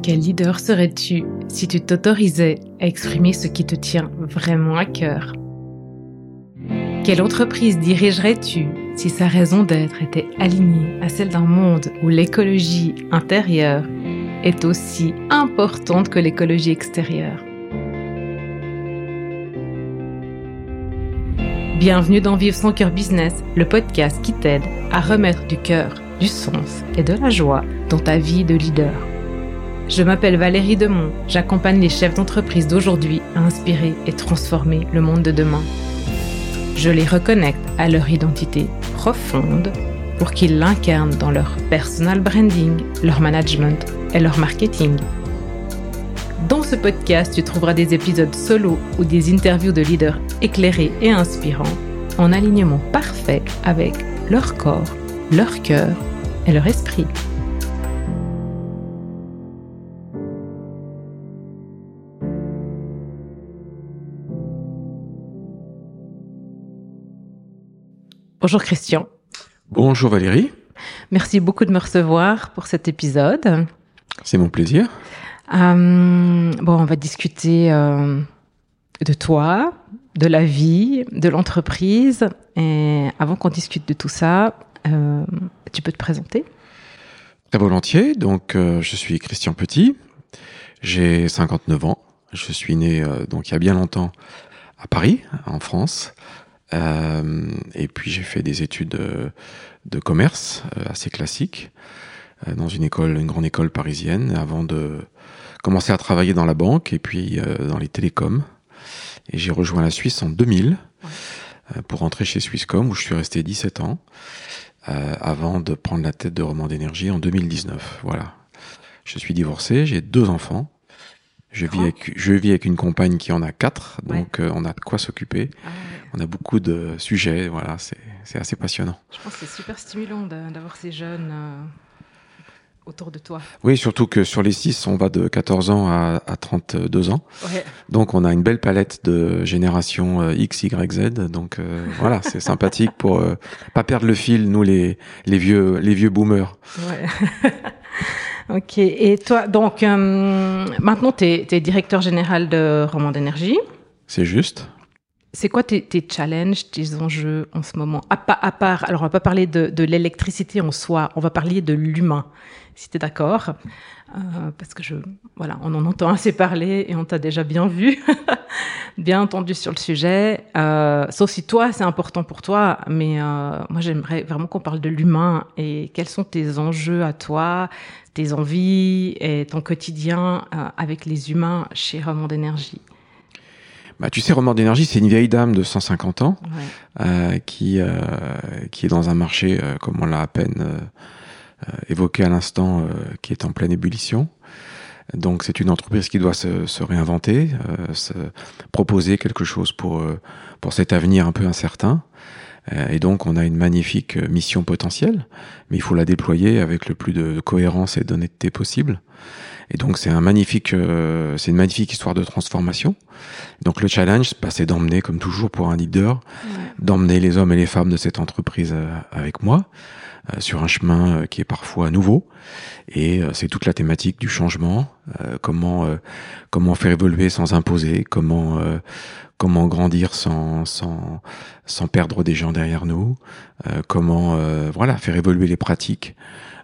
Quel leader serais-tu si tu t'autorisais à exprimer ce qui te tient vraiment à cœur? Quelle entreprise dirigerais-tu si sa raison d'être était alignée à celle d'un monde où l'écologie intérieure est aussi importante que l'écologie extérieure? Bienvenue dans Vivre son cœur business, le podcast qui t'aide à remettre du cœur, du sens et de la joie dans ta vie de leader. Je m'appelle Valérie Demont, j'accompagne les chefs d'entreprise d'aujourd'hui à inspirer et transformer le monde de demain. Je les reconnecte à leur identité profonde pour qu'ils l'incarnent dans leur personal branding, leur management et leur marketing. Dans ce podcast, tu trouveras des épisodes solo ou des interviews de leaders éclairés et inspirants en alignement parfait avec leur corps, leur cœur et leur esprit. Bonjour Christian. Bonjour Valérie. Merci beaucoup de me recevoir pour cet épisode. C'est mon plaisir. On va discuter de toi, de la vie, de l'entreprise. Et avant qu'on discute de tout ça, tu peux te présenter? Très volontiers. Donc, je suis Christian Petit. J'ai 59 ans. Je suis né donc il y a bien longtemps à Paris, en France. Et puis j'ai fait des études de commerce assez classiques dans une grande école parisienne, avant de commencer à travailler dans la banque et puis dans les télécoms. Et j'ai rejoint la Suisse en 2000 pour rentrer chez Swisscom, où je suis resté 17 ans avant de prendre la tête de Romand d'énergie en 2019. Voilà. Je suis divorcé, j'ai 2 enfants. Je vis avec une compagne qui en a 4, donc on a de quoi s'occuper. On a beaucoup de sujets, voilà, c'est assez passionnant. Je pense que c'est super stimulant d'avoir ces jeunes autour de toi. Oui, surtout que sur les 6, on va de 14 ans à 32 ans. Ouais. Donc on a une belle palette de générations X, Y, Z. Donc voilà, c'est sympathique pour pas perdre le fil, nous les vieux boomers. Ouais. Ok, et toi, donc maintenant tu es directeur général de Romand d'énergie. C'est juste. C'est quoi tes challenges, tes enjeux en ce moment? À part, alors on va pas parler de l'électricité en soi, on va parler de l'humain, si tu es d'accord. Parce que on en entend assez parler et on t'a déjà bien vu, bien entendu sur le sujet. Sauf si toi, c'est important pour toi, mais moi j'aimerais vraiment qu'on parle de l'humain et quels sont tes enjeux à toi, tes envies et ton quotidien avec les humains chez Romand d'énergie. Bah, tu sais, Romand d'énergie, c'est une vieille dame de 150 ans qui est dans un marché, comme on l'a à peine évoqué à l'instant, qui est en pleine ébullition. Donc, c'est une entreprise qui doit se réinventer, se proposer quelque chose pour cet avenir un peu incertain. Et donc, on a une magnifique mission potentielle, mais il faut la déployer avec le plus de cohérence et d'honnêteté possible. Et donc, c'est une magnifique histoire de transformation. Donc, le challenge, c'est d'emmener, comme toujours pour un leader, d'emmener les hommes et les femmes de cette entreprise avec moi sur un chemin qui est parfois nouveau. Et c'est toute la thématique du changement, comment faire évoluer sans imposer, comment grandir sans perdre des gens derrière nous, comment faire évoluer les pratiques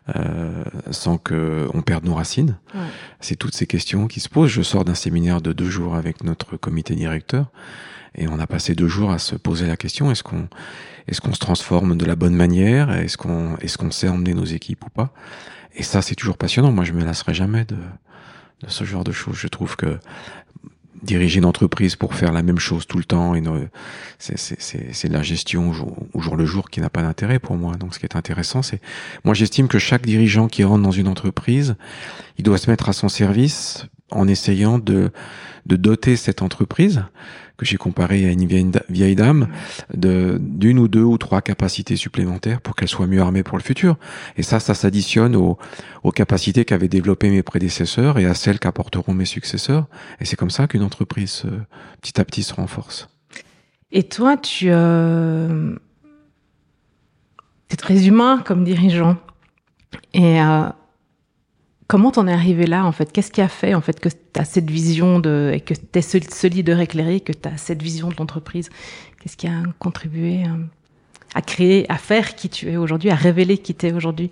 sans qu'on perde nos racines. Ouais. C'est toutes ces questions qui se posent. Je sors d'un séminaire de 2 jours avec notre comité directeur et on a passé 2 jours à se poser la question, est-ce qu'on se transforme de la bonne manière? Est-ce qu'on sait emmener nos équipes ou pas? Et ça, c'est toujours passionnant. Moi, je me lasserai jamais de ce genre de choses. Je trouve que diriger une entreprise pour faire la même chose tout le temps, c'est de la gestion au jour le jour qui n'a pas d'intérêt pour moi. Donc ce qui est intéressant, moi j'estime que chaque dirigeant qui rentre dans une entreprise, il doit se mettre à son service en essayant de doter cette entreprise, que j'ai comparée à une vieille dame, d'une ou 2 ou 3 capacités supplémentaires pour qu'elle soit mieux armée pour le futur. Et ça s'additionne aux capacités qu'avaient développées mes prédécesseurs et à celles qu'apporteront mes successeurs. Et c'est comme ça qu'une entreprise, petit à petit, se renforce. Et toi, tu es très humain comme dirigeant. Et Comment t'en es arrivé là, en fait? Qu'est-ce qui a fait, en fait, que t'as cette vision et que t'es ce leader éclairé, que t'as cette vision de l'entreprise? Qu'est-ce qui a contribué à créer, à faire qui tu es aujourd'hui, à révéler qui tu es aujourd'hui?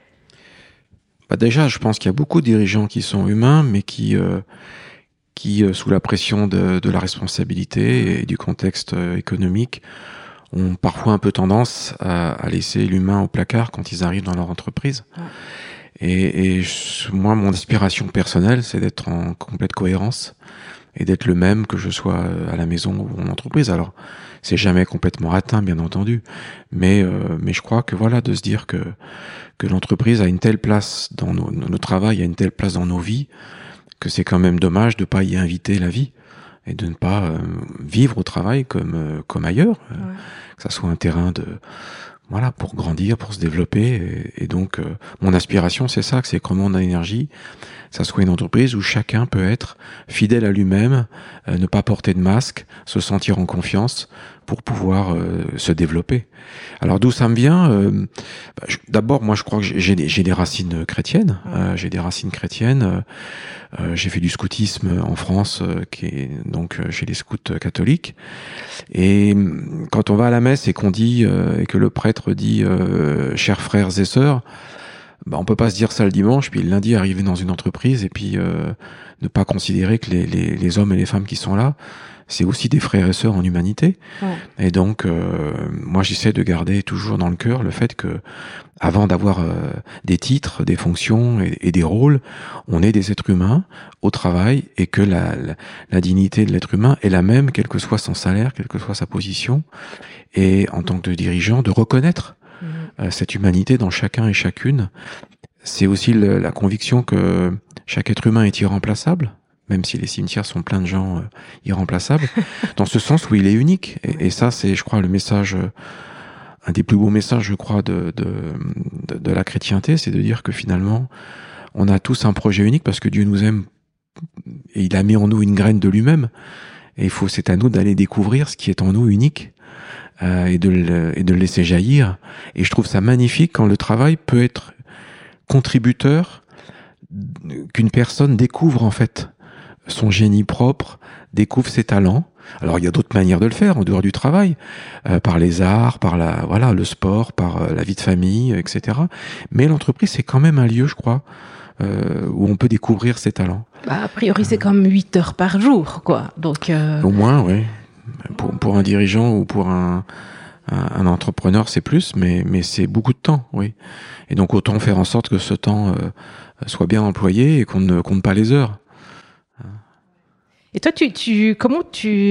Déjà, je pense qu'il y a beaucoup de dirigeants qui sont humains, mais qui sous la pression de la responsabilité et du contexte économique, ont parfois un peu tendance à laisser l'humain au placard quand ils arrivent dans leur entreprise. Ouais. Et moi, mon aspiration personnelle, c'est d'être en complète cohérence et d'être le même que je sois à la maison ou en entreprise. Alors, c'est jamais complètement atteint, bien entendu, mais je crois que voilà, de se dire que l'entreprise a une telle place dans nos travail, a une telle place dans nos vies, que c'est quand même dommage de pas y inviter la vie et de ne pas vivre au travail comme ailleurs, que ça soit un terrain pour grandir, pour se développer. Et donc, mon aspiration, c'est ça, que c'est que mon énergie, ça soit une entreprise où chacun peut être fidèle à lui-même, ne pas porter de masque, se sentir en confiance pour pouvoir se développer. Alors, d'où ça me vient d'abord, moi, je crois que j'ai des racines chrétiennes. J'ai des racines chrétiennes. J'ai fait du scoutisme en France, qui est donc chez les scouts catholiques. Et quand on va à la messe et qu'on dit et que le prêtre dit chers frères et sœurs, on peut pas se dire ça le dimanche, puis le lundi arriver dans une entreprise et puis ne pas considérer que les hommes et les femmes qui sont là, c'est aussi des frères et sœurs en humanité. Ouais. Et donc, moi, j'essaie de garder toujours dans le cœur le fait que, avant d'avoir des titres, des fonctions et des rôles, on est des êtres humains au travail et que la dignité de l'être humain est la même, quel que soit son salaire, quelle que soit sa position. Et en tant que dirigeant, de reconnaître cette humanité dans chacun et chacune. C'est aussi la conviction que chaque être humain est irremplaçable, même si les cimetières sont pleins de gens irremplaçables, dans ce sens où il est unique. Et ça, c'est, je crois, le message, un des plus beaux messages, je crois, de la chrétienté, c'est de dire que finalement, on a tous un projet unique parce que Dieu nous aime et il a mis en nous une graine de lui-même. Et c'est à nous d'aller découvrir ce qui est en nous unique. Et de le laisser jaillir. Et je trouve ça magnifique quand le travail peut être contributeur, qu'une personne découvre en fait son génie propre, découvre ses talents. Alors il y a d'autres manières de le faire en dehors du travail, par les arts, par le sport, par la vie de famille, etc. Mais l'entreprise, c'est quand même un lieu, je crois, où on peut découvrir ses talents. A priori, c'est comme 8 heures par jour, quoi. Donc au moins, oui. Pour un dirigeant ou pour un entrepreneur, c'est plus, mais c'est beaucoup de temps, oui. Et donc autant faire en sorte que ce temps soit bien employé et qu'on ne compte pas les heures. Et toi, comment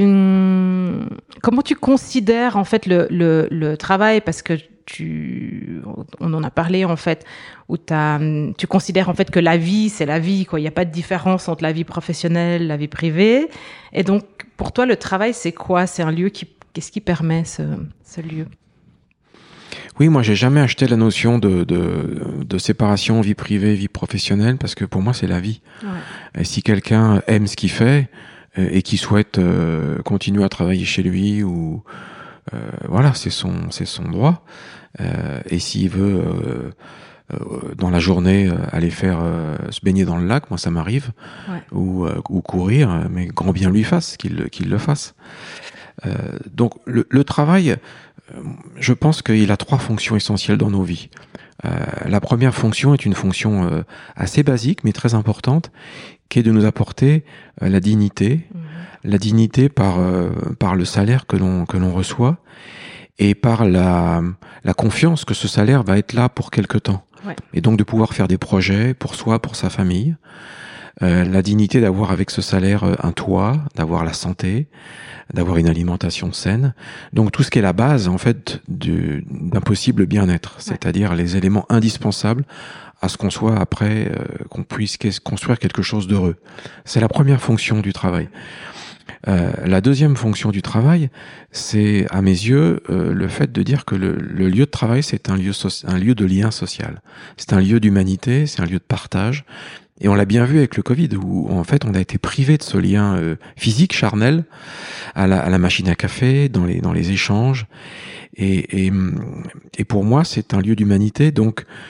tu considères en fait le travail, parce que on en a parlé en fait, où tu considères en fait que la vie, c'est la vie, quoi. Il n'y a pas de différence entre la vie professionnelle, la vie privée. Et donc, pour toi, le travail, c'est quoi? C'est un lieu qu'est-ce qui permet ce lieu? Oui, moi, j'ai jamais acheté la notion de séparation vie privée, vie professionnelle, parce que pour moi, c'est la vie. Ouais. Et si quelqu'un aime ce qu'il fait et qui souhaite continuer à travailler chez lui ou c'est son droit. Et s'il veut dans la journée aller se baigner dans le lac, moi ça m'arrive, ou courir, mais grand bien lui fasse, qu'il le fasse. Donc le travail, je pense qu'il a 3 fonctions essentielles dans nos vies. La première fonction est une fonction assez basique mais très importante, qui est de nous apporter la dignité. La dignité par le salaire que l'on reçoit et par la confiance que ce salaire va être là pour quelque temps. Ouais. Et donc de pouvoir faire des projets pour soi, pour sa famille. La dignité d'avoir avec ce salaire un toit, d'avoir la santé, d'avoir une alimentation saine. Donc tout ce qui est la base en fait d'un possible bien-être, c'est-à-dire les éléments indispensables à ce qu'on soit après, qu'on puisse construire quelque chose d'heureux. C'est la première fonction du travail. La deuxième fonction du travail, c'est à mes yeux le fait de dire que le lieu de travail, c'est un lieu de lien social. C'est un lieu d'humanité, c'est un lieu de partage. Et on l'a bien vu avec le Covid, où en fait on a été privé de ce lien physique, charnel, à la machine à café, dans les échanges. Et pour moi, c'est un lieu d'humanité. Donc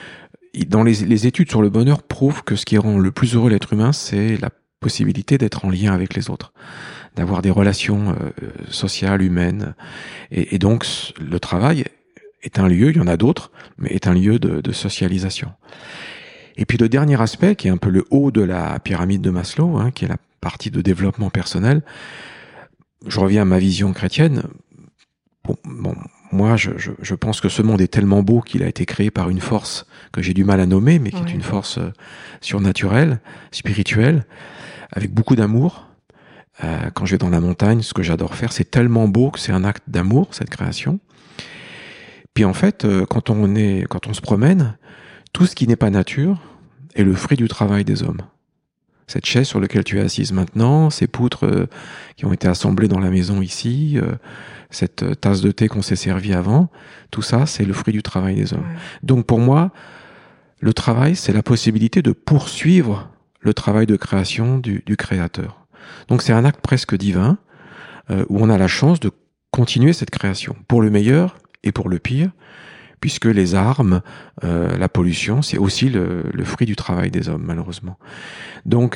dans les études sur le bonheur prouvent que ce qui rend le plus heureux l'être humain, c'est la possibilité d'être en lien avec les autres, d'avoir des relations sociales, humaines. Et donc, le travail est un lieu, il y en a d'autres, mais est un lieu de socialisation. Et puis le dernier aspect, qui est un peu le haut de la pyramide de Maslow, qui est la partie de développement personnel, je reviens à ma vision chrétienne. Bon, moi, je pense que ce monde est tellement beau qu'il a été créé par une force que j'ai du mal à nommer, mais qui est une force surnaturelle, spirituelle, avec beaucoup d'amour. Quand je vais dans la montagne, ce que j'adore faire, c'est tellement beau que c'est un acte d'amour, cette création. Puis en fait, quand on se promène, tout ce qui n'est pas nature est le fruit du travail des hommes. Cette chaise sur laquelle tu es assise maintenant, ces poutres qui ont été assemblées dans la maison ici, cette tasse de thé qu'on s'est servi avant, tout ça, c'est le fruit du travail des hommes. Ouais. Donc pour moi, le travail, c'est la possibilité de poursuivre le travail de création du créateur. Donc c'est un acte presque divin où on a la chance de continuer cette création, pour le meilleur et pour le pire, puisque les armes, la pollution, c'est aussi le fruit du travail des hommes, malheureusement. Donc,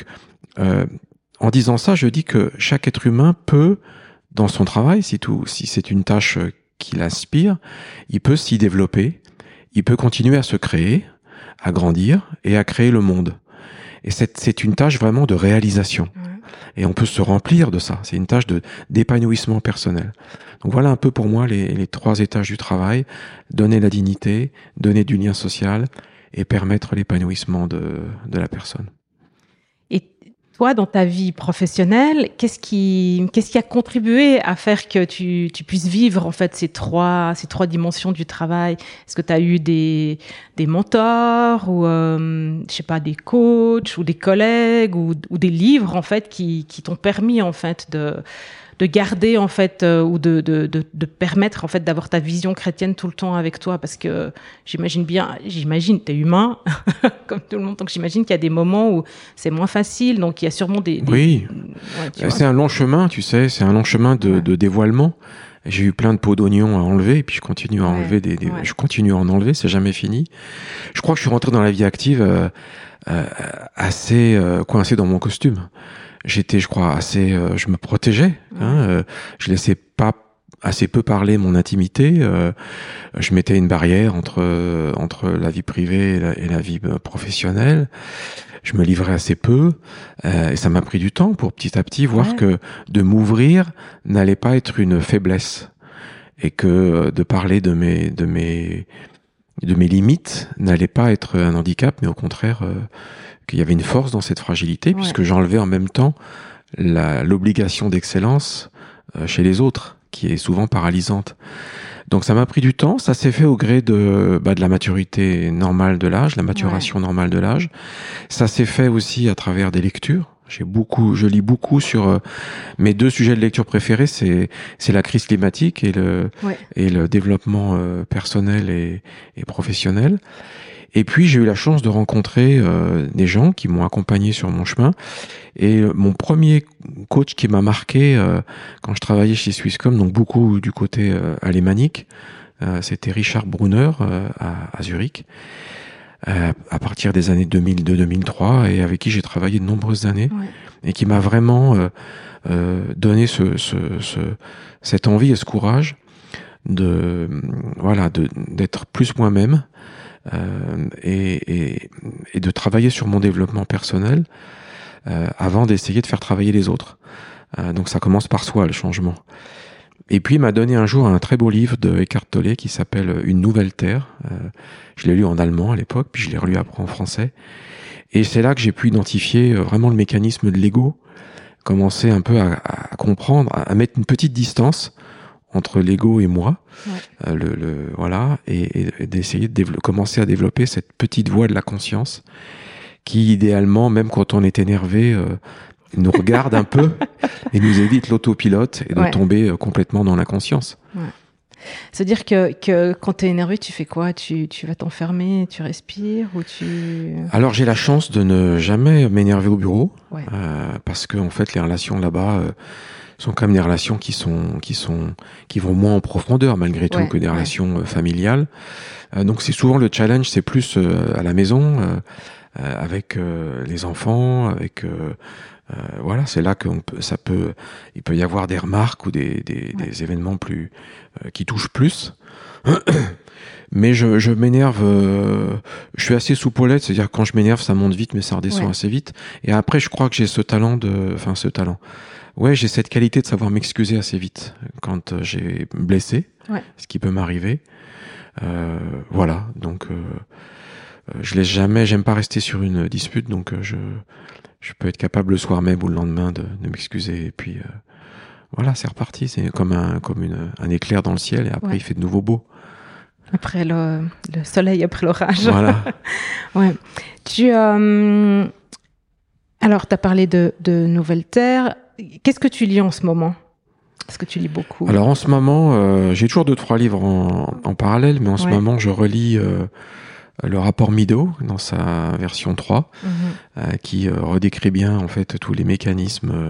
en disant ça, je dis que chaque être humain peut, dans son travail, si c'est une tâche qui l'inspire, il peut s'y développer, il peut continuer à se créer, à grandir et à créer le monde. Et c'est une tâche vraiment de réalisation. Et on peut se remplir de ça. C'est une tâche d'épanouissement personnel. Donc voilà un peu pour moi les 3 étages du travail. Donner la dignité, donner du lien social et permettre l'épanouissement de la personne. Et toi, dans ta vie professionnelle, qu'est-ce qui a contribué à faire que tu puisses vivre en fait ces trois dimensions du travail? Est-ce que tu as eu des mentors ou je sais pas, des coachs ou des collègues ou des livres en fait qui t'ont permis en fait de garder en fait ou de permettre en fait d'avoir ta vision chrétienne tout le temps avec toi? Parce que j'imagine t'es humain comme tout le monde, donc j'imagine qu'il y a des moments où c'est moins facile, donc il y a sûrement oui, c'est un long chemin, tu sais, c'est un long chemin de dévoilement. J'ai eu plein de pots d'oignons à enlever, et puis je continue à enlever je continue à en enlever, c'est jamais fini. Je crois que je suis rentré dans la vie active assez coincé dans mon costume. J'étais, je crois, je me protégeais. Je laissais pas assez peu parler mon intimité. Je mettais une barrière entre la vie privée et la vie professionnelle. Je me livrais assez peu, et ça m'a pris du temps pour petit à petit voir que de m'ouvrir n'allait pas être une faiblesse, et que de parler de mes limites n'allait pas être un handicap, mais au contraire qu'il y avait une force dans cette fragilité, puisque j'enlevais en même temps l'obligation d'excellence chez les autres, qui est souvent paralysante. Donc ça m'a pris du temps, ça s'est fait au gré de la maturité normale de l'âge, la maturation normale de l'âge. Ça s'est fait aussi à travers des lectures. Je lis beaucoup sur mes 2 sujets de lecture préférés, c'est la crise climatique et le développement personnel et professionnel. Et puis j'ai eu la chance de rencontrer des gens qui m'ont accompagné sur mon chemin. Et mon premier coach qui m'a marqué quand je travaillais chez Swisscom, donc beaucoup du côté alémanique, c'était Richard Brunner à Zurich, à partir des années 2002-2003, et avec qui j'ai travaillé de nombreuses années, et qui m'a vraiment donné cette envie et ce courage d'être plus moi-même, et de travailler sur mon développement personnel avant d'essayer de faire travailler les autres. Donc ça commence par soi, le changement. Et puis il m'a donné un jour un très beau livre de Eckhart Tolle qui s'appelle Une nouvelle terre. Je l'ai lu en allemand à l'époque, puis je l'ai relu après en français. Et c'est là que j'ai pu identifier vraiment le mécanisme de l'ego, commencer un peu à comprendre, à mettre une petite distance entre l'ego et moi, et d'essayer de commencer à développer cette petite voix de la conscience qui, idéalement, même quand on est énervé, nous regarde un peu et nous évite l'autopilote et de tomber complètement dans l'inconscience. C'est-à-dire que quand tu es énervé, tu fais quoi? Tu vas t'enfermer, tu respires ou tu... Alors j'ai la chance de ne jamais m'énerver au bureau, parce que en fait les relations là-bas sont quand même des relations qui vont moins en profondeur malgré tout que des relations familiales. Donc c'est souvent le challenge, c'est plus à la maison avec les enfants, avec voilà, c'est là il peut y avoir des remarques ou des événements plus qui touchent plus. Mais je m'énerve, je suis assez soupolette, c'est-à-dire quand je m'énerve, ça monte vite, mais ça redescend assez vite. Et après, je crois que j'ai ce talent. Ouais, j'ai cette qualité de savoir m'excuser assez vite quand j'ai blessé, ce qui peut m'arriver. Voilà, donc je laisse jamais, j'aime pas rester sur une dispute, donc je peux être capable le soir même ou le lendemain de m'excuser. Et puis voilà, c'est reparti. C'est comme un éclair dans le ciel, et après il fait de nouveau beau. Après le soleil, après l'orage. Voilà. Alors, tu as parlé de Nouvelle Terre. Qu'est-ce que tu lis en ce moment ? Est-ce que tu lis beaucoup ? Alors, en ce moment, j'ai toujours 2-3 livres en parallèle, mais en ce moment, je relis le rapport Meadow dans sa version 3, qui redécrit bien, en fait, tous les mécanismes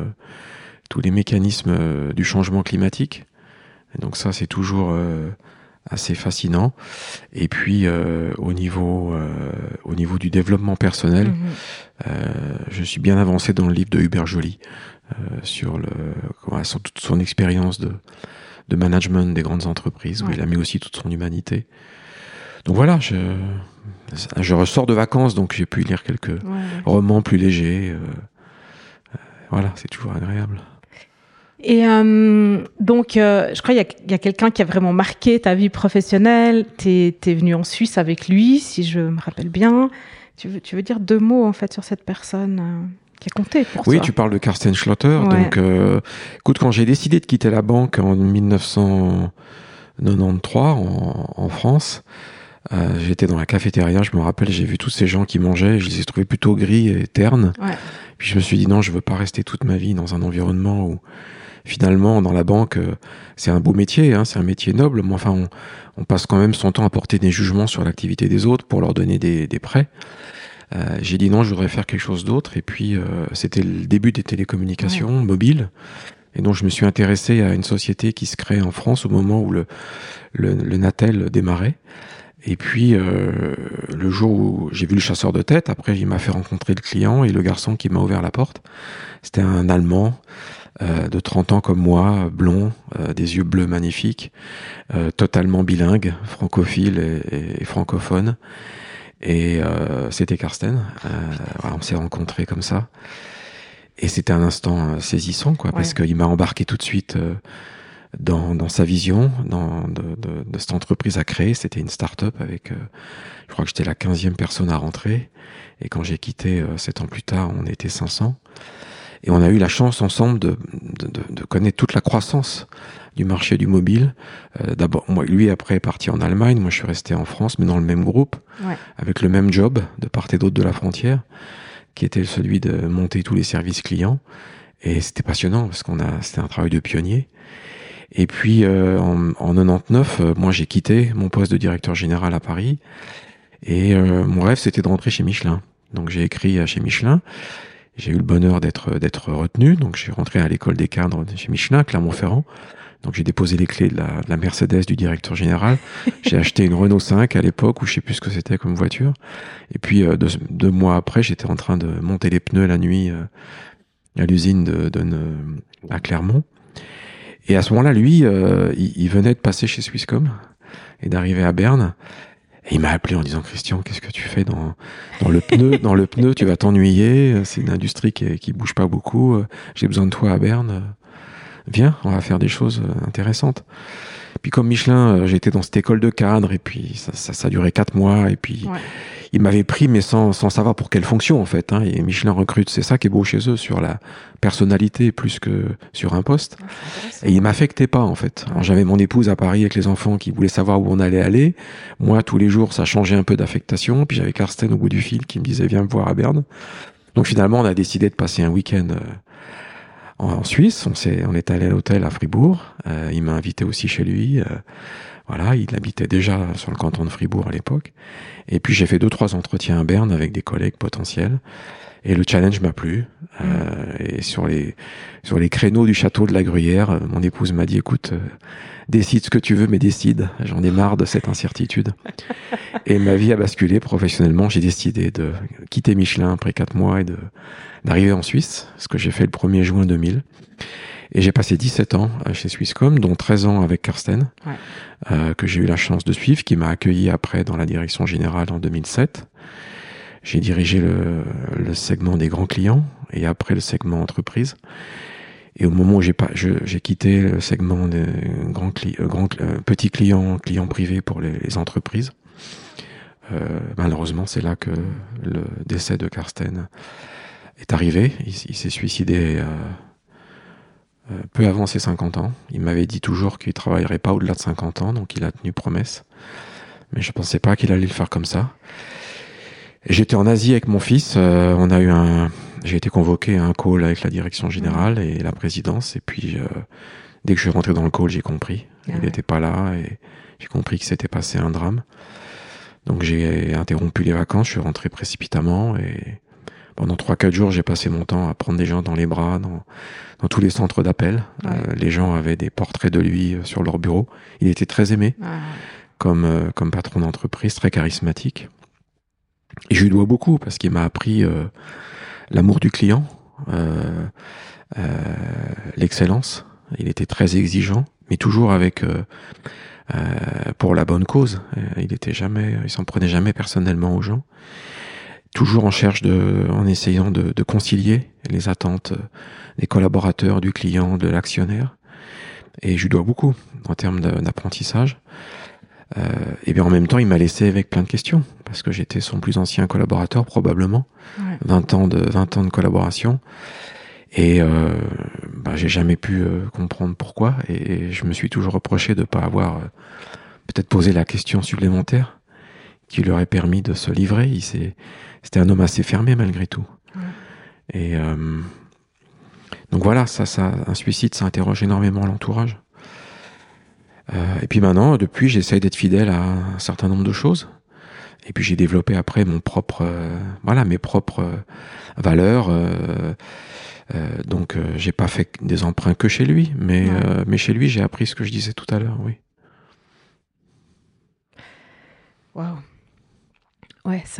du changement climatique. Et donc ça, c'est toujours assez fascinant. Et puis au niveau du développement personnel, je suis bien avancé dans le livre de Hubert Joly sur toute son expérience de management des grandes entreprises, où il a mis aussi toute son humanité. Donc voilà, je ressors de vacances, donc j'ai pu lire quelques romans plus légers. Voilà, c'est toujours agréable. Et donc, je crois qu'il y a quelqu'un qui a vraiment marqué ta vie professionnelle. T'es venu en Suisse avec lui, si je me rappelle bien. Tu veux dire 2 mots, en fait, sur cette personne qui a compté pour toi ? Oui, tu parles de Carsten Schlotter. Donc, écoute, quand j'ai décidé de quitter la banque en 1993 en France, j'étais dans la cafétéria, je me rappelle, j'ai vu tous ces gens qui mangeaient, je les ai trouvés plutôt gris et ternes. Puis je me suis dit, non, je veux pas rester toute ma vie dans un environnement où finalement, dans la banque, c'est un beau métier, hein, c'est un métier noble, mais enfin, on passe quand même son temps à porter des jugements sur l'activité des autres pour leur donner des prêts. J'ai dit non, je voudrais faire quelque chose d'autre. Et puis, c'était le début des télécommunications mobiles. Et donc, je me suis intéressé à une société qui se crée en France au moment où le Natel démarrait. Et puis, le jour où j'ai vu le chasseur de tête, après, il m'a fait rencontrer le client et le garçon qui m'a ouvert la porte. C'était un Allemand de 30 ans comme moi, blond, des yeux bleus magnifiques, totalement bilingue, francophile et francophone. Et c'était Carsten. Voilà, on s'est rencontrés comme ça. Et c'était un instant saisissant, quoi, parce qu'il m'a embarqué tout de suite dans sa vision de cette entreprise à créer. C'était une start-up avec, je crois que j'étais la 15e personne à rentrer. Et quand j'ai quitté 7 ans plus tard, on était 500. Et on a eu la chance ensemble de connaître toute la croissance du marché du mobile. D'abord, moi, lui après est parti en Allemagne, moi je suis resté en France, mais dans le même groupe, avec le même job de part et d'autre de la frontière, qui était celui de monter tous les services clients. Et c'était passionnant parce c'était un travail de pionnier. Et puis en 99, moi j'ai quitté mon poste de directeur général à Paris. Et mon rêve c'était de rentrer chez Michelin. Donc j'ai écrit chez Michelin. J'ai eu le bonheur d'être retenu, donc je suis rentré à l'école des cadres chez Michelin, Clermont-Ferrand. Donc j'ai déposé les clés de la Mercedes du directeur général. J'ai acheté une Renault 5 à l'époque, où je sais plus ce que c'était comme voiture. Et puis 2 mois après, j'étais en train de monter les pneus la nuit à l'usine à Clermont. Et à ce moment-là, lui, il venait de passer chez Swisscom et d'arriver à Berne. Et il m'a appelé en disant, Christian, qu'est-ce que tu fais dans le pneu? Dans le pneu, tu vas t'ennuyer. C'est une industrie qui bouge pas beaucoup. J'ai besoin de toi à Berne. Viens, on va faire des choses intéressantes. Puis comme Michelin, j'étais dans cette école de cadre et puis ça durait 4 mois et puis il m'avait pris mais sans savoir pour quelle fonction en fait. Hein. Et Michelin recrute, c'est ça qui est beau chez eux, sur la personnalité plus que sur un poste. Et il m'affectait pas en fait. Alors, j'avais mon épouse à Paris avec les enfants qui voulaient savoir où on allait aller. Moi, tous les jours, ça changeait un peu d'affectation. Puis j'avais Carsten au bout du fil qui me disait viens me voir à Berne. Donc finalement, on a décidé de passer un week-end en Suisse. On est allé à l'hôtel à Fribourg. Il m'a invité aussi chez lui. Voilà, il habitait déjà sur le canton de Fribourg à l'époque. Et puis j'ai fait 2-3 entretiens à Berne avec des collègues potentiels. Et le challenge m'a plu. Et sur les créneaux du château de la Gruyère, mon épouse m'a dit, écoute, décide ce que tu veux, mais décide. J'en ai marre de cette incertitude. Et ma vie a basculé professionnellement. J'ai décidé de quitter Michelin après 4 mois et d'arriver en Suisse, ce que j'ai fait le 1er juin 2000. Et j'ai passé 17 ans chez Swisscom, dont 13 ans avec Karsten, que j'ai eu la chance de suivre, qui m'a accueilli après dans la direction générale en 2007. J'ai dirigé le segment des grands clients et après le segment entreprise. Et au moment où j'ai quitté le segment des petits clients privés pour les entreprises, malheureusement, c'est là que le décès de Karsten est arrivé. Il s'est suicidé peu avant ses 50 ans. Il m'avait dit toujours qu'il ne travaillerait pas au-delà de 50 ans, donc il a tenu promesse. Mais je ne pensais pas qu'il allait le faire comme ça. Et j'étais en Asie avec mon fils. J'ai été convoqué à un call avec la direction générale et la présidence. Et puis, dès que je suis rentré dans le call, j'ai compris. Il n'était pas là et j'ai compris qu'il s'était passé un drame. Donc, j'ai interrompu les vacances. Je suis rentré précipitamment et pendant 3-4 jours, j'ai passé mon temps à prendre des gens dans les bras, dans tous les centres d'appel. Les gens avaient des portraits de lui sur leur bureau. Il était très aimé comme patron d'entreprise, très charismatique. Et je lui dois beaucoup parce qu'il m'a appris l'amour du client, l'excellence. Il était très exigeant, mais toujours avec pour la bonne cause. Il s'en prenait jamais personnellement aux gens. Toujours en essayant de concilier les attentes des collaborateurs, du client, de l'actionnaire. Et je lui dois beaucoup en termes d'apprentissage. Et bien en même temps, il m'a laissé avec plein de questions parce que j'étais son plus ancien collaborateur probablement, 20 ans de collaboration. Et j'ai jamais pu comprendre pourquoi. Et je me suis toujours reproché de pas avoir peut-être posé la question supplémentaire qui lui aurait permis de se livrer. C'était un homme assez fermé malgré tout. Et donc voilà, un suicide, ça interroge énormément l'entourage. Et puis maintenant, depuis, j'essaye d'être fidèle à un certain nombre de choses. Et puis j'ai développé après mes propres valeurs. Donc j'ai pas fait des emprunts que chez lui, mais chez lui, j'ai appris ce que je disais tout à l'heure, oui. Waouh. Ouais, ça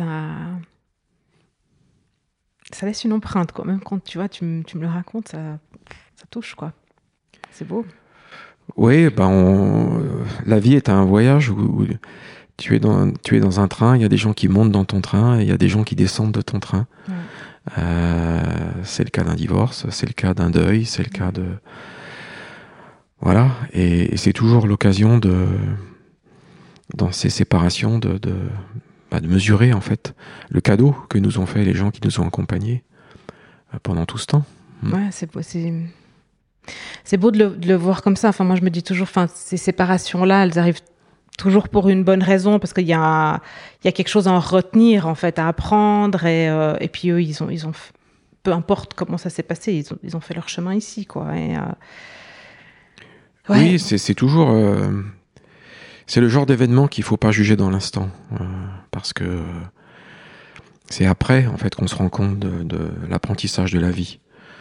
laisse une empreinte, quoi. Même quand tu me le racontes, ça touche, quoi. C'est beau. Oui, la vie est un voyage où tu es dans un train, il y a des gens qui montent dans ton train et il y a des gens qui descendent de ton train. C'est le cas d'un divorce, c'est le cas d'un deuil, c'est le cas de... Voilà, et c'est toujours l'occasion dans ces séparations de mesurer en fait le cadeau que nous ont fait les gens qui nous ont accompagnés pendant tout ce temps. Ouais, c'est beau de le voir comme ça. Enfin, moi, je me dis toujours, ces séparations-là, elles arrivent toujours pour une bonne raison, parce qu'il y a quelque chose à en retenir, en fait, à apprendre. Et puis eux, ils ont, peu importe comment ça s'est passé, ils ont fait leur chemin ici, quoi. Oui, c'est toujours... c'est le genre d'événement qu'il faut pas juger dans l'instant, parce que c'est après, en fait, qu'on se rend compte de l'apprentissage de la vie.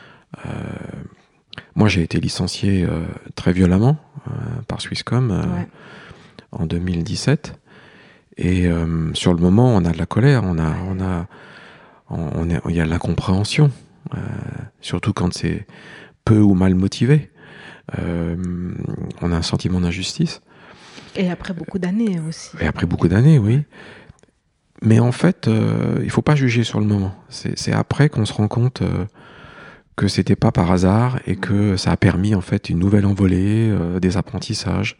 Moi, j'ai été licencié très violemment par Swisscom en 2017. Et sur le moment, on a de la colère, il y a de l'incompréhension, surtout quand c'est peu ou mal motivé. On a un sentiment d'injustice. Et après beaucoup d'années aussi. Et après beaucoup d'années, oui. Mais en fait, il faut pas juger sur le moment. C'est après qu'on se rend compte que c'était pas par hasard et que ça a permis en fait une nouvelle envolée, des apprentissages.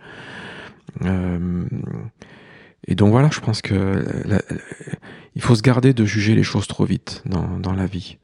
Et donc voilà, je pense que il faut se garder de juger les choses trop vite dans la vie.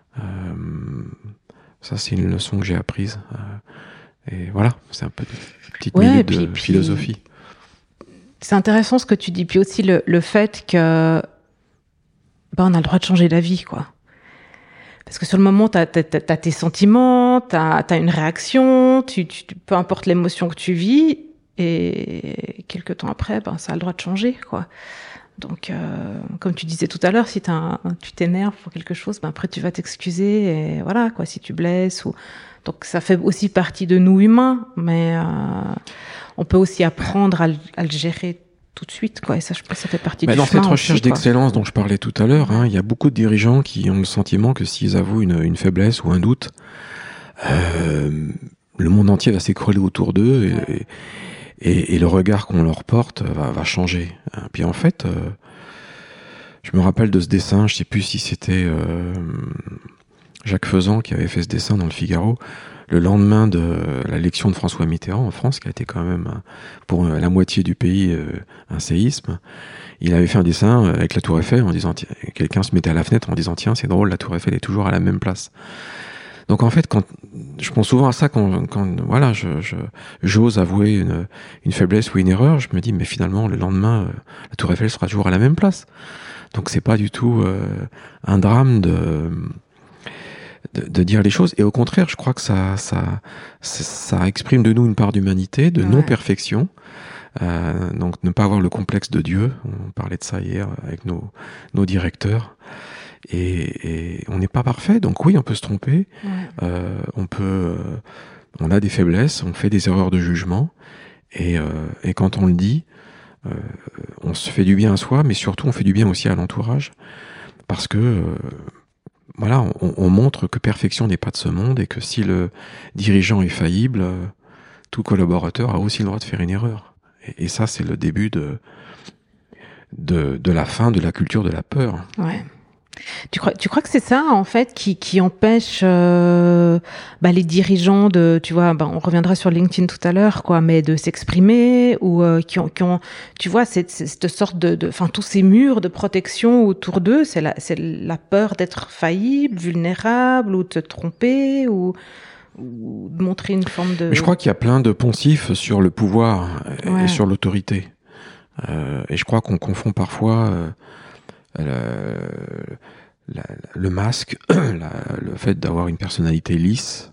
Ça, c'est une leçon que j'ai apprise. Et voilà, c'est un peu une petite minute de philosophie. C'est intéressant ce que tu dis. Puis aussi le fait que on a le droit de changer d'avis, quoi. Parce que sur le moment, t'as tes sentiments, t'as une réaction, peu importe l'émotion que tu vis. et quelques temps après, ça a le droit de changer, quoi. Donc, comme tu disais tout à l'heure, si tu t'énerves pour quelque chose, après tu vas t'excuser, et voilà, quoi, si tu blesses ou... Donc ça fait aussi partie de nous humains, mais on peut aussi apprendre à le gérer tout de suite, quoi. Et ça, je pense, ça fait partie du chemin. Dans cette recherche aussi, d'excellence dont je parlais tout à l'heure, il y a beaucoup de dirigeants qui ont le sentiment que s'ils avouent une faiblesse ou un doute, le monde entier va s'écrouler autour d'eux et le regard qu'on leur porte va changer. Puis en fait, je me rappelle de ce dessin, je sais plus si c'était Jacques Faisan qui avait fait ce dessin dans le Figaro, le lendemain de l'élection de François Mitterrand en France, qui a été quand même pour la moitié du pays un séisme. Il avait fait un dessin avec la Tour Eiffel en disant, quelqu'un se mettait à la fenêtre en disant, tiens, c'est drôle, la Tour Eiffel est toujours à la même place. Donc en fait, quand je pense souvent à ça, quand voilà, j'ose avouer une faiblesse ou une erreur, je me dis, mais finalement, le lendemain, la Tour Eiffel sera toujours à la même place. Donc c'est pas du tout un drame de dire les choses, et au contraire, je crois que ça exprime de nous une part d'humanité, de non-perfection. Donc ne pas avoir le complexe de Dieu. On parlait de ça hier avec nos directeurs. Et on n'est pas parfait, donc oui, on peut se tromper. On a des faiblesses, on fait des erreurs de jugement, et quand on le dit, on se fait du bien à soi, mais surtout on fait du bien aussi à l'entourage, parce que voilà, on montre que perfection n'est pas de ce monde, et que si le dirigeant est faillible, tout collaborateur a aussi le droit de faire une erreur. Et ça, c'est le début de la fin de la culture de la peur. Ouais. Tu crois que c'est ça, en fait, qui empêche les dirigeants de, tu vois, on reviendra sur LinkedIn tout à l'heure, quoi, mais de s'exprimer, ou qui ont, tu vois, cette sorte enfin, tous ces murs de protection autour d'eux, c'est la peur d'être faillible, vulnérable, ou de se tromper, ou de montrer une forme de... Mais je crois qu'il y a plein de poncifs sur le pouvoir et sur l'autorité. Et je crois qu'on confond parfois le masque, le fait d'avoir une personnalité lisse,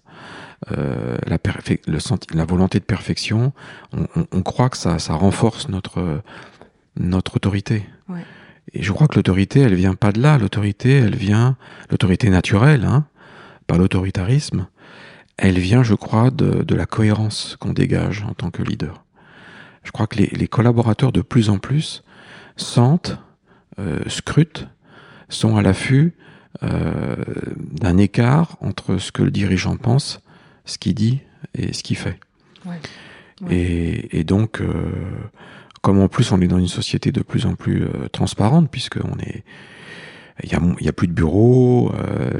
la volonté de perfection. On croit que ça renforce notre autorité. Ouais. Et je crois que l'autorité, elle vient pas de là. L'autorité, elle vient, l'autorité naturelle, pas l'autoritarisme. Elle vient, je crois, de la cohérence qu'on dégage en tant que leader. Je crois que les collaborateurs, de plus en plus, sentent, scrutent, sont à l'affût d'un écart entre ce que le dirigeant pense, ce qu'il dit et ce qu'il fait. Ouais. Ouais. Et donc, comme en plus on est dans une société de plus en plus transparente, puisque il y a plus de bureaux,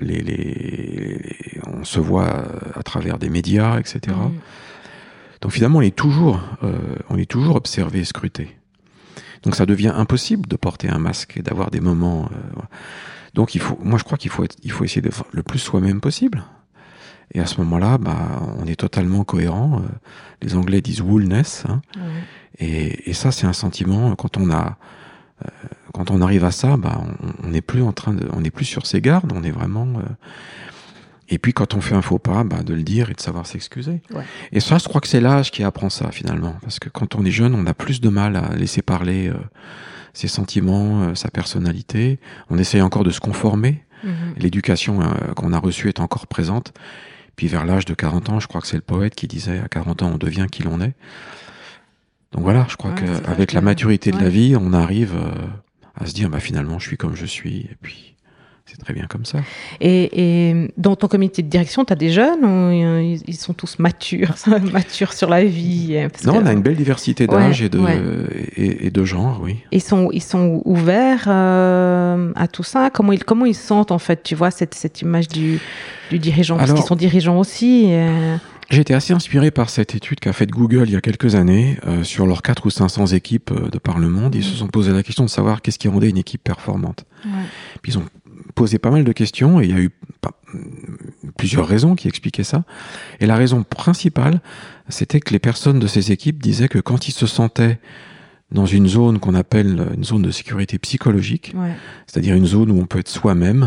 on se voit à travers des médias, etc. Donc finalement, on est toujours observé et scruté. Donc ça devient impossible de porter un masque et d'avoir des moments. Donc moi je crois qu'il faut essayer de faire le plus soi-même possible. Et à ce moment-là, on est totalement cohérent. Les Anglais disent wholeness. Et ça, c'est un sentiment quand on arrive à ça, on n'est plus on n'est plus sur ses gardes. On est vraiment. Et puis quand on fait un faux pas, de le dire et de savoir s'excuser. Ouais. Et ça, je crois que c'est l'âge qui apprend ça finalement, parce que quand on est jeune, on a plus de mal à laisser parler ses sentiments, sa personnalité. On essaye encore de se conformer. L'éducation qu'on a reçue est encore présente. Puis vers l'âge de 40 ans, je crois que c'est le poète qui disait à 40 ans, on devient qui l'on est. Donc voilà, je crois qu'avec la maturité de la vie, on arrive à se dire, finalement, je suis comme je suis, et puis c'est très bien comme ça. Et dans ton comité de direction, tu as des jeunes ou ils sont tous matures sur la vie? On a une belle diversité d'âge et de genre, oui. Ils sont ouverts à tout ça. Comment ils sentent, en fait, tu vois, cette image du dirigeant? Parce qu'ils sont dirigeants aussi. J'ai été assez inspiré par cette étude qu'a faite Google il y a quelques années sur leurs 400 ou 500 équipes de par le monde. Ils se sont posé la question de savoir qu'est-ce qui rendait une équipe performante. Puis ils ont posé pas mal de questions et il y a eu plusieurs raisons qui expliquaient ça. Et la raison principale, c'était que les personnes de ces équipes disaient que quand ils se sentaient dans une zone qu'on appelle une zone de sécurité psychologique, c'est-à-dire une zone où on peut être soi-même,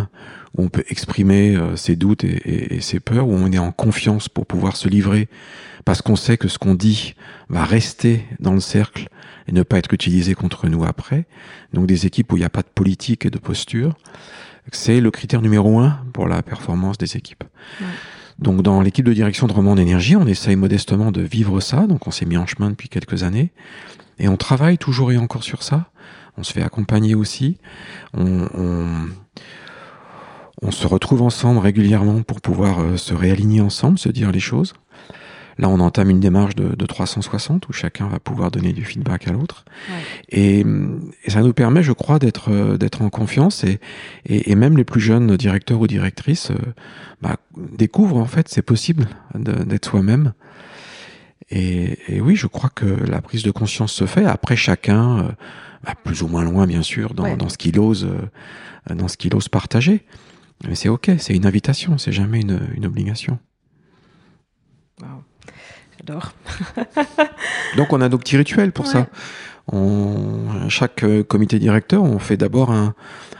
où on peut exprimer ses doutes et ses peurs, où on est en confiance pour pouvoir se livrer, parce qu'on sait que ce qu'on dit va rester dans le cercle et ne pas être utilisé contre nous après. Donc des équipes où il n'y a pas de politique et de posture, c'est le critère numéro 1 pour la performance des équipes. Ouais. Donc dans l'équipe de direction de Romande Énergie, on essaye modestement de vivre ça, donc on s'est mis en chemin depuis quelques années, et on travaille toujours et encore sur ça. On se fait accompagner aussi, on se retrouve ensemble régulièrement pour pouvoir se réaligner ensemble, se dire les choses. Là, on entame une démarche de 360 où chacun va pouvoir donner du feedback à l'autre. Ouais. Et ça nous permet, je crois, d'être en confiance et même les plus jeunes directeurs ou directrices découvrent en fait c'est possible d'être soi-même. Et oui, je crois que la prise de conscience se fait. Après, chacun, plus ou moins loin, bien sûr, dans ce qu'il ose partager. Mais c'est ok, c'est une invitation, c'est jamais une obligation. Wow. J'adore. Donc on a nos petits rituels pour ça. Chaque comité directeur, on fait d'abord un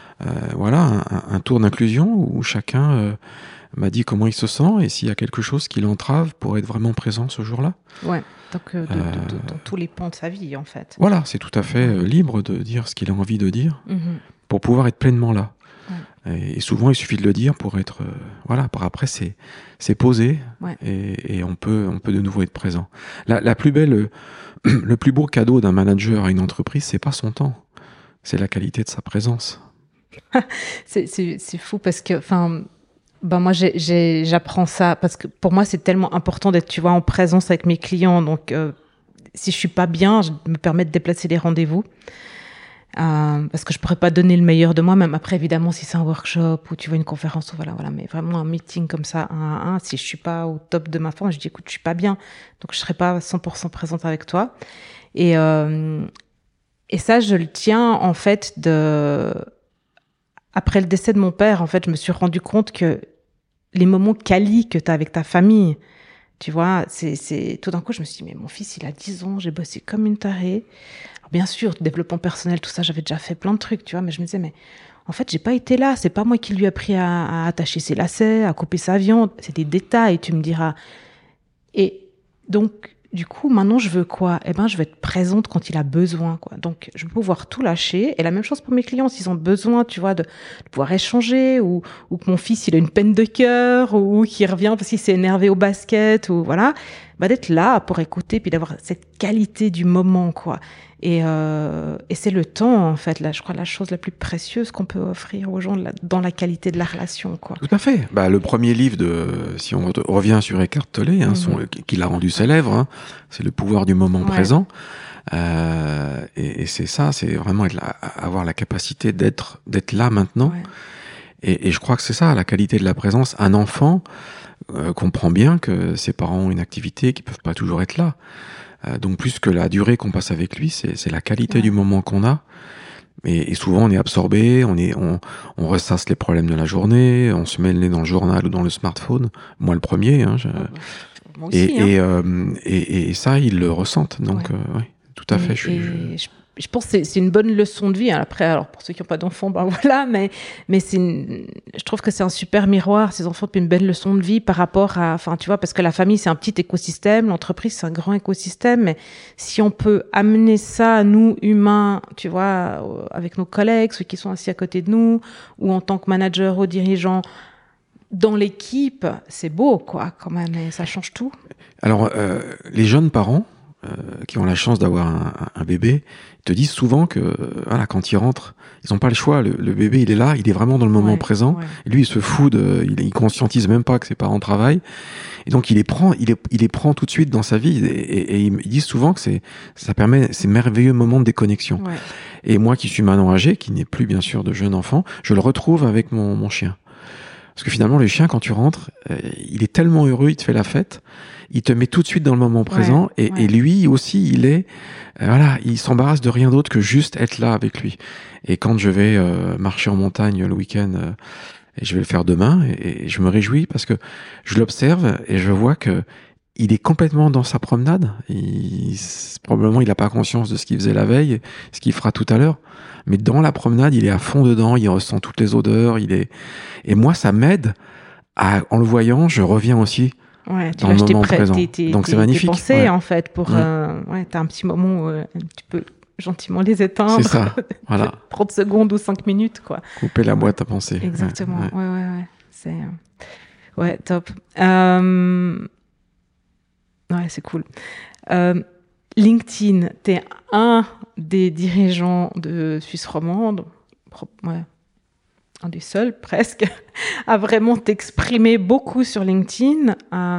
tour d'inclusion où chacun m'a dit comment il se sent et s'il y a quelque chose qui l'entrave pour être vraiment présent ce jour-là. Ouais, donc dans tous les pans de sa vie en fait. Voilà, c'est tout à fait libre de dire ce qu'il a envie de dire pour pouvoir être pleinement là. Et souvent, il suffit de le dire pour être... par après, c'est posé et on peut de nouveau être présent. La plus belle, le plus beau cadeau d'un manager à une entreprise, c'est pas son temps, c'est la qualité de sa présence. c'est fou parce que... moi, j'apprends ça parce que pour moi, c'est tellement important d'être, tu vois, en présence avec mes clients. Donc, si je suis pas bien, je me permets de déplacer les rendez-vous. Parce que je pourrais pas donner le meilleur de moi, même après évidemment si c'est un workshop ou tu vois une conférence ou voilà, mais vraiment un meeting comme ça 1 à 1, si je suis pas au top de ma forme, je dis écoute, je suis pas bien, donc je serai pas 100% présente avec toi. Et ça, je le tiens en fait après le décès de mon père, en fait, je me suis rendu compte que les moments quali que t'as avec ta famille, tu vois, c'est tout d'un coup, je me suis dit, mais mon fils, il a 10 ans, j'ai bossé comme une tarée. Alors, bien sûr, développement personnel, tout ça, j'avais déjà fait plein de trucs, tu vois, mais je me disais, mais en fait, j'ai pas été là. C'est pas moi qui lui ai appris à attacher ses lacets, à couper sa viande. C'est des détails, tu me diras. Et donc, du coup, maintenant, je veux quoi ? Je veux être présente quand il a besoin, quoi. Donc, je veux pouvoir tout lâcher. Et la même chose pour mes clients, s'ils ont besoin, tu vois, de pouvoir échanger ou que mon fils, il a une peine de cœur ou qu'il revient parce qu'il s'est énervé au basket ou voilà, d'être là pour écouter puis d'avoir cette qualité du moment, quoi. Et c'est le temps, en fait, là, je crois, la chose la plus précieuse qu'on peut offrir aux gens dans la qualité de la relation, quoi. Tout à fait. Le premier livre si on revient sur Eckhart Tolle, qui l'a rendu célèbre, c'est Le pouvoir du moment présent. Et c'est ça, c'est vraiment avoir la capacité d'être là maintenant. Ouais. Et je crois que c'est ça, la qualité de la présence. Un enfant comprend bien que ses parents ont une activité, qu'ils peuvent pas toujours être là. Donc plus que la durée qu'on passe avec lui, c'est la qualité du moment qu'on a. Et souvent on est absorbé, on ressasse les problèmes de la journée, on se met le nez dans le journal ou dans le smartphone. Moi le premier. Moi aussi, et ça ils le ressentent. Donc oui, tout à fait. Je pense que c'est une bonne leçon de vie. Après, alors pour ceux qui n'ont pas d'enfants, voilà, mais je trouve que c'est un super miroir, ces enfants, puis une belle leçon de vie par rapport à, tu vois, parce que la famille, c'est un petit écosystème, l'entreprise, c'est un grand écosystème, mais si on peut amener ça, nous, humains, tu vois, avec nos collègues, ceux qui sont assis à côté de nous, ou en tant que manager ou dirigeant, dans l'équipe, c'est beau, quoi, quand même, et ça change tout. Alors, les jeunes parents, qui ont la chance d'avoir un bébé, te disent souvent que quand ils rentrent, ils n'ont pas le choix. Le bébé, il est là, il est vraiment dans le moment présent. Ouais. Et lui, il se fout il conscientise même pas que ses parents travaillent. Et donc, il les prend tout de suite dans sa vie. Et ils disent souvent que ça permet ces merveilleux moments de déconnexion. Ouais. Et moi, qui suis maintenant âgé, qui n'ai plus bien sûr de jeune enfant, je le retrouve avec mon chien. Parce que finalement, le chien, quand tu rentres, il est tellement heureux, il te fait la fête, il te met tout de suite dans le moment présent, et lui aussi, il est, il s'embarrasse de rien d'autre que juste être là avec lui. Et quand je vais marcher en montagne le week-end, et je vais le faire demain, et je me réjouis parce que je l'observe et je vois que il est complètement dans sa promenade. Probablement, il n'a pas conscience de ce qu'il faisait la veille, ce qu'il fera tout à l'heure. Mais dans la promenade, il est à fond dedans, il ressent toutes les odeurs. Et moi, ça m'aide en le voyant, je reviens aussi dans le moment présent. Donc c'est magnifique. Pensé, en fait, pour t'as un petit moment où tu peux gentiment les éteindre. C'est ça, voilà. 30 secondes ou 5 minutes, quoi. Couper la boîte à penser. Exactement, ouais. C'est... Ouais, top. Ouais, c'est cool. LinkedIn, t'es un des dirigeants de Suisse romande, un des seuls presque, à vraiment t'exprimer beaucoup sur LinkedIn.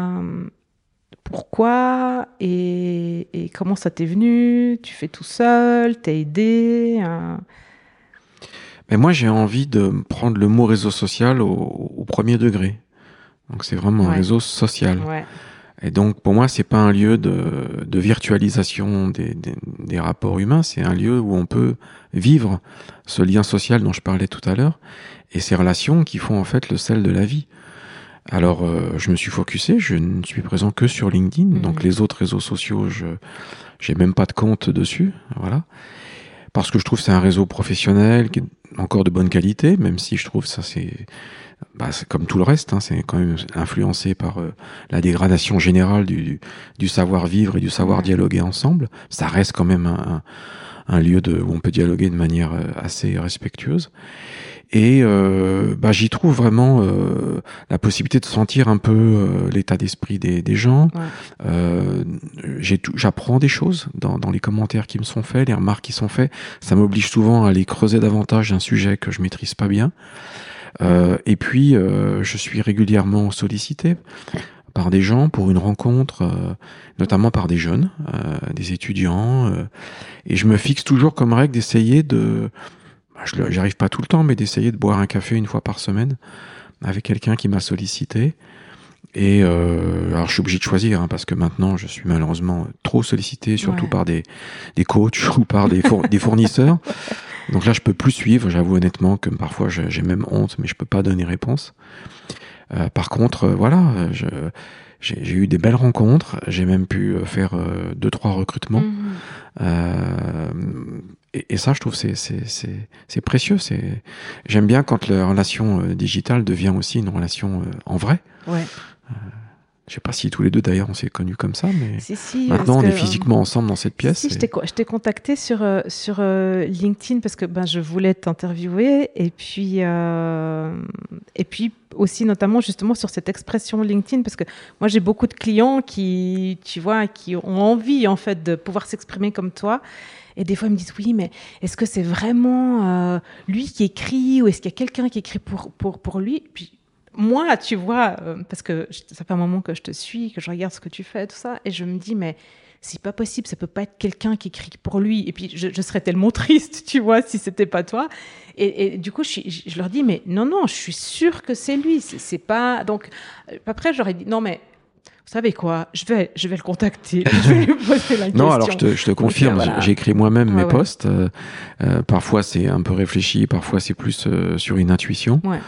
Pourquoi et comment ça t'est venu? Tu fais tout seul? T'es aidé? Mais moi, j'ai envie de prendre le mot réseau social au premier degré. Donc, c'est vraiment un réseau social. Ouais. Et donc, pour moi, c'est pas un lieu de virtualisation des rapports humains. C'est un lieu où on peut vivre ce lien social dont je parlais tout à l'heure et ces relations qui font en fait le sel de la vie. Alors, je me suis focusé. Je ne suis présent que sur LinkedIn. Donc, les autres réseaux sociaux, j'ai même pas de compte dessus. Voilà. Parce que je trouve que c'est un réseau professionnel qui est encore de bonne qualité, même si je trouve ça c'est comme tout le reste, c'est quand même influencé par la dégradation générale du savoir-vivre et du savoir dialoguer ensemble. Ça reste quand même un lieu où on peut dialoguer de manière assez respectueuse. Et j'y trouve vraiment la possibilité de sentir un peu l'état d'esprit des gens. Ouais. J'apprends des choses dans les commentaires qui me sont faits, les remarques qui sont faites. Ça m'oblige souvent à aller creuser davantage un sujet que je maîtrise pas bien. Et puis, je suis régulièrement sollicité par des gens pour une rencontre, notamment par des jeunes, des étudiants. Et je me fixe toujours comme règle d'essayer j'y arrive pas tout le temps, mais d'essayer de boire un café une fois par semaine avec quelqu'un qui m'a sollicité. Et alors je suis obligé de choisir, parce que maintenant je suis malheureusement trop sollicité, surtout par des coachs ou par des fournisseurs. Donc là je peux plus suivre. J'avoue honnêtement que parfois j'ai même honte, mais je peux pas donner réponse. Par contre, j'ai eu des belles rencontres. J'ai même pu faire 2-3 recrutements. Et ça, je trouve, c'est précieux. J'aime bien quand la relation digitale devient aussi une relation en vrai. Ouais. Je sais pas si tous les deux d'ailleurs on s'est connus comme ça, mais maintenant on est physiquement ensemble dans cette pièce. Je t'ai contacté sur LinkedIn parce que je voulais t'interviewer et puis aussi notamment justement sur cette expression LinkedIn parce que moi j'ai beaucoup de clients qui ont envie en fait de pouvoir s'exprimer comme toi. Et des fois, ils me disent, oui, mais est-ce que c'est vraiment lui qui écrit ou est-ce qu'il y a quelqu'un qui écrit pour lui? Puis moi, tu vois, parce que ça fait un moment que je te suis, que je regarde ce que tu fais, tout ça, et je me dis, mais c'est pas possible, ça peut pas être quelqu'un qui écrit pour lui. Et puis, je serais tellement triste, tu vois, si c'était pas toi. Et du coup, je leur dis, mais non, je suis sûre que c'est lui. C'est pas... Donc, après, j'aurais dit, non, mais... Vous savez quoi, je vais le contacter, je vais lui poser la question. Non, alors je te confirme, voilà. J'écris moi-même mes posts. Parfois c'est un peu réfléchi, parfois c'est plus sur une intuition. Ouais.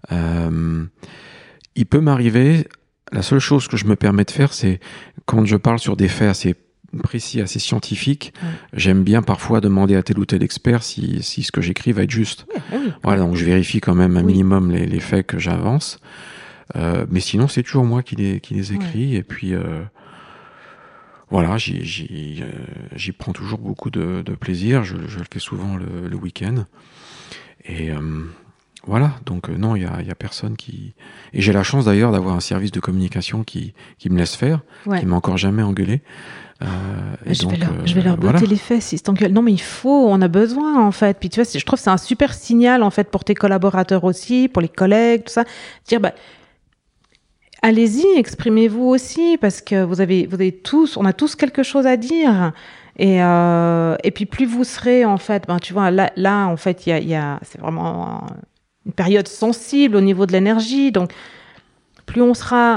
Il peut m'arriver, la seule chose que je me permets de faire, c'est quand je parle sur des faits assez précis, assez scientifiques, j'aime bien parfois demander à tel ou tel expert si ce que j'écris va être juste. Voilà, donc je vérifie quand même un minimum les faits que j'avance. Mais sinon c'est toujours moi qui les écris et puis voilà, j'y prends toujours beaucoup de plaisir. Je le fais souvent le week-end et voilà, donc non, il y a personne qui... Et j'ai la chance d'ailleurs d'avoir un service de communication qui me laisse faire, qui m'a encore jamais engueulé. Je vais leur botter les fesses si t'engueulent. Non, mais on a besoin en fait. Puis tu vois, je trouve que c'est un super signal en fait pour tes collaborateurs aussi, pour les collègues, tout ça. Dire allez-y, exprimez-vous aussi parce que vous avez tous, on a tous quelque chose à dire. Et puis plus vous serez en fait, tu vois, là en fait, c'est vraiment une période sensible au niveau de l'énergie. Donc plus on sera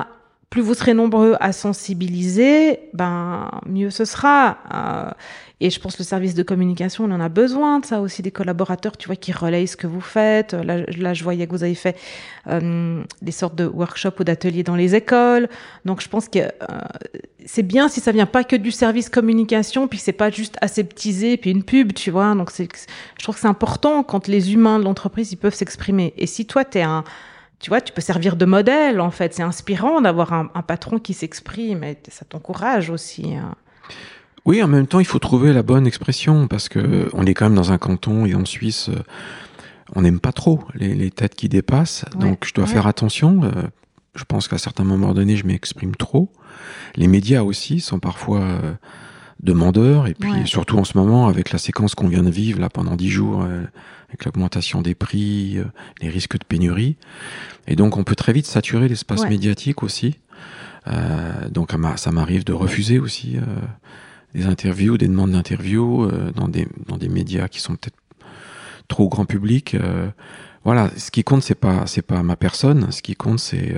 plus vous serez nombreux à sensibiliser, mieux ce sera. Et je pense que le service de communication, on en a besoin de ça aussi, des collaborateurs, tu vois, qui relayent ce que vous faites. Là, je voyais que vous avez fait des sortes de workshops ou d'ateliers dans les écoles. Donc, je pense que c'est bien si ça vient pas que du service communication, puis c'est pas juste aseptisé, puis une pub, tu vois. Donc, je trouve que c'est important quand les humains de l'entreprise, ils peuvent s'exprimer. Et si toi, tu vois, tu peux servir de modèle, en fait. C'est inspirant d'avoir un patron qui s'exprime, et ça t'encourage aussi. Oui, en même temps, il faut trouver la bonne expression, parce que on est quand même dans un canton, et en Suisse, on n'aime pas trop les têtes qui dépassent. Ouais, donc, je dois faire attention. Je pense qu'à certains moments donnés, je m'exprime trop. Les médias aussi sont parfois demandeurs, et puis surtout en ce moment, avec la séquence qu'on vient de vivre là pendant 10 jours, avec l'augmentation des prix, les risques de pénurie. Et donc, on peut très vite saturer l'espace médiatique aussi. Donc, ça m'arrive de refuser aussi des interviews, des demandes d'interviews dans des médias qui sont peut-être trop grand public. Voilà, ce qui compte, c'est pas ma personne. Ce qui compte, c'est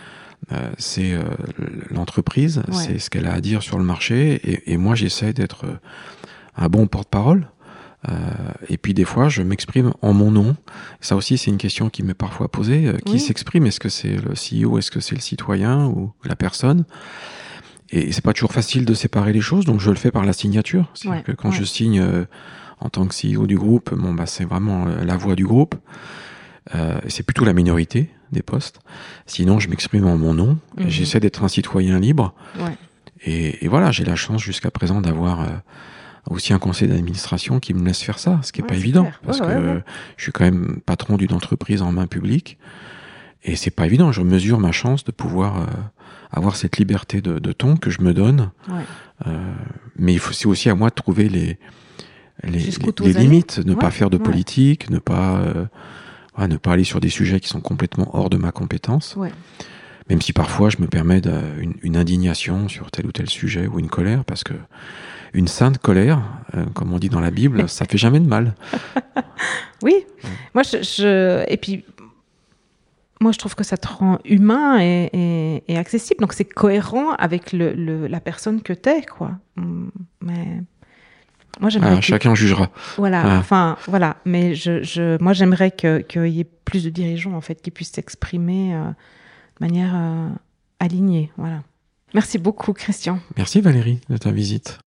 l'entreprise, c'est ce qu'elle a à dire sur le marché. Et moi, j'essaie d'être un bon porte-parole. Et puis des fois, je m'exprime en mon nom. Ça aussi, c'est une question qui m'est parfois posée. Qui s'exprime ? Est-ce que c'est le CEO ? Est-ce que c'est le citoyen ou la personne ? Et c'est pas toujours facile de séparer les choses, donc je le fais par la signature. C'est-à-dire que quand je signe en tant que CEO du groupe, c'est vraiment la voix du groupe. Et c'est plutôt la minorité des postes. Sinon, je m'exprime en mon nom. Et j'essaie d'être un citoyen libre. Et voilà, j'ai la chance jusqu'à présent d'avoir aussi un conseil d'administration qui me laisse faire ça, ce qui est pas évident, clair. Parce que je suis quand même patron d'une entreprise en main publique. Et c'est pas évident. Je mesure ma chance de pouvoir avoir cette liberté de ton que je me donne. Mais c'est aussi à moi de trouver les limites, ne pas faire de politique, ne pas aller sur des sujets qui sont complètement hors de ma compétence. Même si parfois je me permets une indignation sur tel ou tel sujet ou une colère, parce que une sainte colère, comme on dit dans la Bible, ça fait jamais de mal. Oui. Moi, et puis, moi, je trouve que ça te rend humain et accessible. Donc, c'est cohérent avec la personne que t'es, quoi. Mais moi, j'aimerais chacun jugera. Voilà. Voilà. Mais moi, j'aimerais qu'il y ait plus de dirigeants, en fait, qui puissent s'exprimer de manière alignée. Voilà. Merci beaucoup, Christian. Merci, Valérie, de ta visite.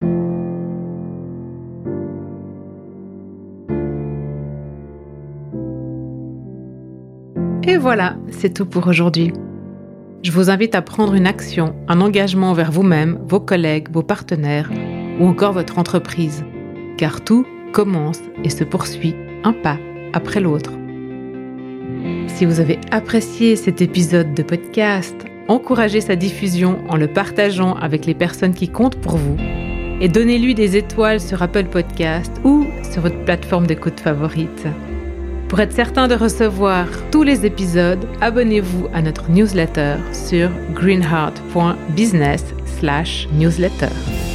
Et voilà, c'est tout pour aujourd'hui. Je vous invite à prendre une action, un engagement envers vous-même, vos collègues, vos partenaires ou encore votre entreprise. Car tout commence et se poursuit un pas après l'autre. Si vous avez apprécié cet épisode de podcast, encouragez sa diffusion en le partageant avec les personnes qui comptent pour vous et donnez-lui des étoiles sur Apple Podcast ou sur votre plateforme d'écoute favorite. Pour être certain de recevoir tous les épisodes, abonnez-vous à notre newsletter sur greenheart.business/newsletter.